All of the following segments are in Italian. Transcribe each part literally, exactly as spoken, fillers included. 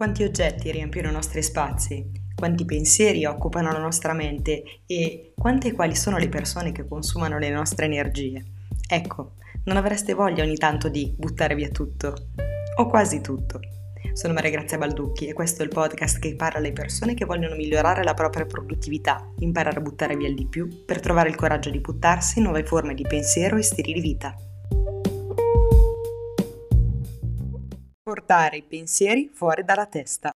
Quanti oggetti riempiono i nostri spazi? Quanti pensieri occupano la nostra mente? E quante e quali sono le persone che consumano le nostre energie? Ecco, non avreste voglia ogni tanto di buttare via tutto? O quasi tutto? Sono Maria Grazia Balducchi e questo è il podcast che parla alle persone che vogliono migliorare la propria produttività, imparare a buttare via il di più per trovare il coraggio di buttarsi in nuove forme di pensiero e stili di vita. Portare i pensieri fuori dalla testa.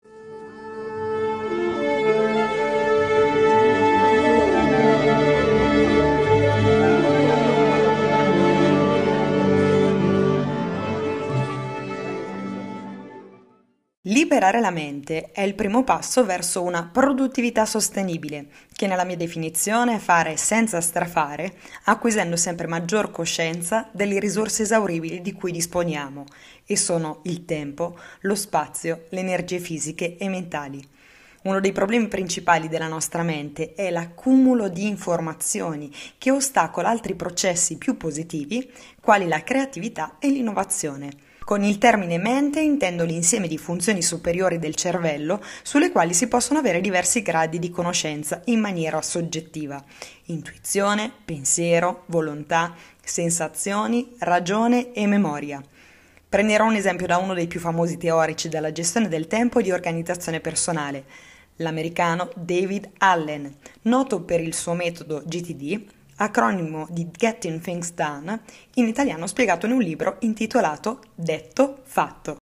Liberare la mente è il primo passo verso una produttività sostenibile, che nella mia definizione è fare senza strafare, acquisendo sempre maggior coscienza delle risorse esauribili di cui disponiamo, e sono il tempo, lo spazio, le energie fisiche e mentali. Uno dei problemi principali della nostra mente è l'accumulo di informazioni che ostacola altri processi più positivi, quali la creatività e l'innovazione. Con il termine mente intendo l'insieme di funzioni superiori del cervello sulle quali si possono avere diversi gradi di conoscenza in maniera soggettiva. Intuizione, pensiero, volontà, sensazioni, ragione e memoria. Prenderò un esempio da uno dei più famosi teorici della gestione del tempo e di organizzazione personale, l'americano David Allen, noto per il suo metodo G T D, acronimo di Getting Things Done, in italiano spiegato in un libro intitolato Detto Fatto.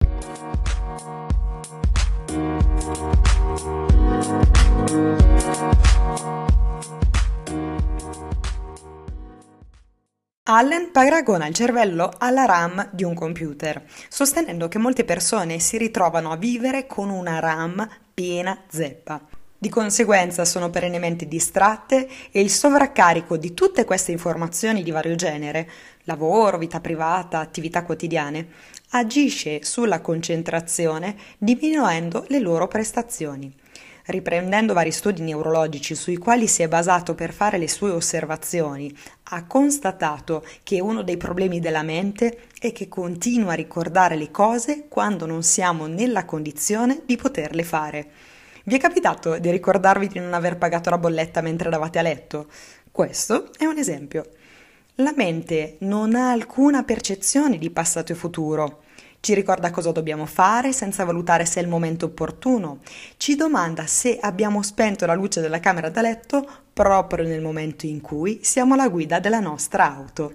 Allen paragona il cervello alla RAM di un computer, sostenendo che molte persone si ritrovano a vivere con una RAM piena zeppa. Di conseguenza sono perennemente distratte e il sovraccarico di tutte queste informazioni di vario genere, lavoro, vita privata, attività quotidiane, agisce sulla concentrazione diminuendo le loro prestazioni. Riprendendo vari studi neurologici sui quali si è basato per fare le sue osservazioni, ha constatato che uno dei problemi della mente è che continua a ricordare le cose quando non siamo nella condizione di poterle fare. Vi è capitato di ricordarvi di non aver pagato la bolletta mentre eravate a letto? Questo è un esempio. La mente non ha alcuna percezione di passato e futuro. Ci ricorda cosa dobbiamo fare senza valutare se è il momento opportuno. Ci domanda se abbiamo spento la luce della camera da letto proprio nel momento in cui siamo alla guida della nostra auto.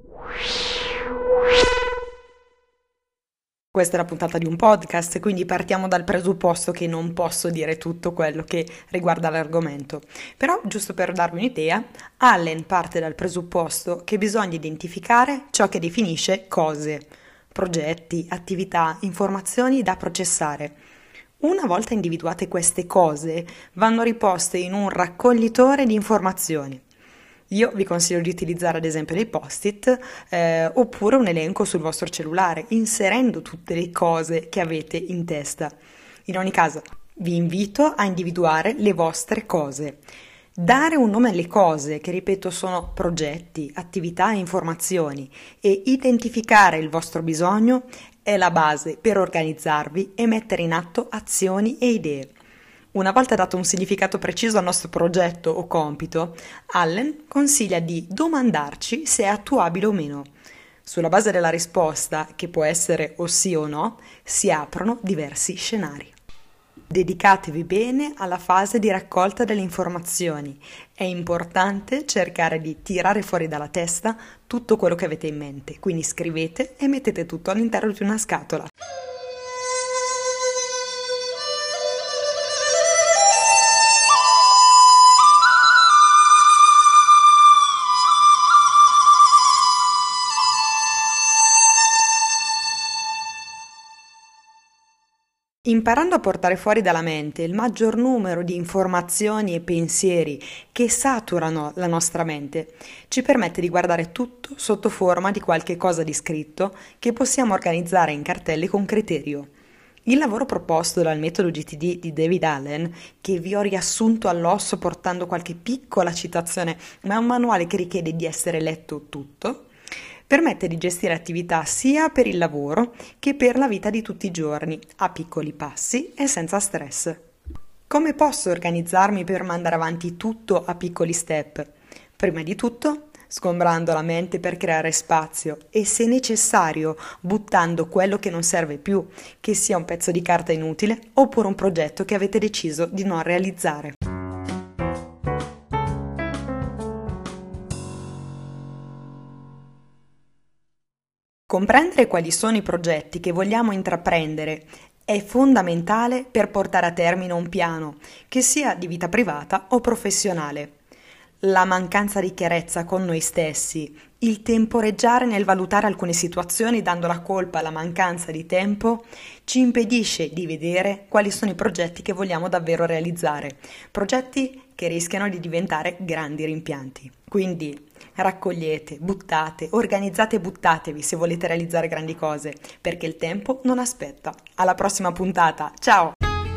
Questa è la puntata di un podcast, quindi partiamo dal presupposto che non posso dire tutto quello che riguarda l'argomento. Però, giusto per darvi un'idea, Allen parte dal presupposto che bisogna identificare ciò che definisce cose, progetti, attività, informazioni da processare. Una volta individuate queste cose, vanno riposte in un raccoglitore di informazioni. Io vi consiglio di utilizzare ad esempio dei post-it eh, oppure un elenco sul vostro cellulare, inserendo tutte le cose che avete in testa. In ogni caso, vi invito a individuare le vostre cose. Dare un nome alle cose, che ripeto sono progetti, attività e informazioni, e identificare il vostro bisogno è la base per organizzarvi e mettere in atto azioni e idee. Una volta dato un significato preciso al nostro progetto o compito, Allen consiglia di domandarci se è attuabile o meno. Sulla base della risposta, che può essere o sì o no, si aprono diversi scenari. Dedicatevi bene alla fase di raccolta delle informazioni. È importante cercare di tirare fuori dalla testa tutto quello che avete in mente, quindi scrivete e mettete tutto all'interno di una scatola. Imparando a portare fuori dalla mente il maggior numero di informazioni e pensieri che saturano la nostra mente, ci permette di guardare tutto sotto forma di qualche cosa di scritto che possiamo organizzare in cartelle con criterio. Il lavoro proposto dal metodo G T D di David Allen, che vi ho riassunto all'osso portando qualche piccola citazione, ma è un manuale che richiede di essere letto tutto, Permette di gestire attività sia per il lavoro che per la vita di tutti i giorni, a piccoli passi e senza stress. Come posso organizzarmi per mandare avanti tutto a piccoli step? Prima di tutto, sgombrando la mente per creare spazio e, se necessario, buttando quello che non serve più, che sia un pezzo di carta inutile oppure un progetto che avete deciso di non realizzare. Comprendere quali sono i progetti che vogliamo intraprendere è fondamentale per portare a termine un piano, che sia di vita privata o professionale. La mancanza di chiarezza con noi stessi, il temporeggiare nel valutare alcune situazioni dando la colpa alla mancanza di tempo, ci impedisce di vedere quali sono i progetti che vogliamo davvero realizzare, progetti che rischiano di diventare grandi rimpianti. Quindi raccogliete, buttate, organizzate e buttatevi se volete realizzare grandi cose, perché il tempo non aspetta. Alla prossima puntata, ciao!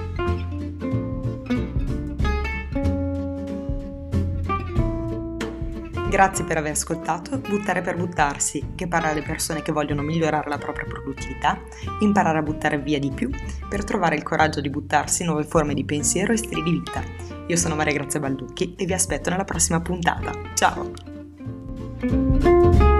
Grazie per aver ascoltato Buttare per buttarsi, che parla alle persone che vogliono migliorare la propria produttività, imparare a buttare via di più, per trovare il coraggio di buttarsi in nuove forme di pensiero e stili di vita. Io sono Maria Grazia Balducchi e vi aspetto nella prossima puntata. Ciao!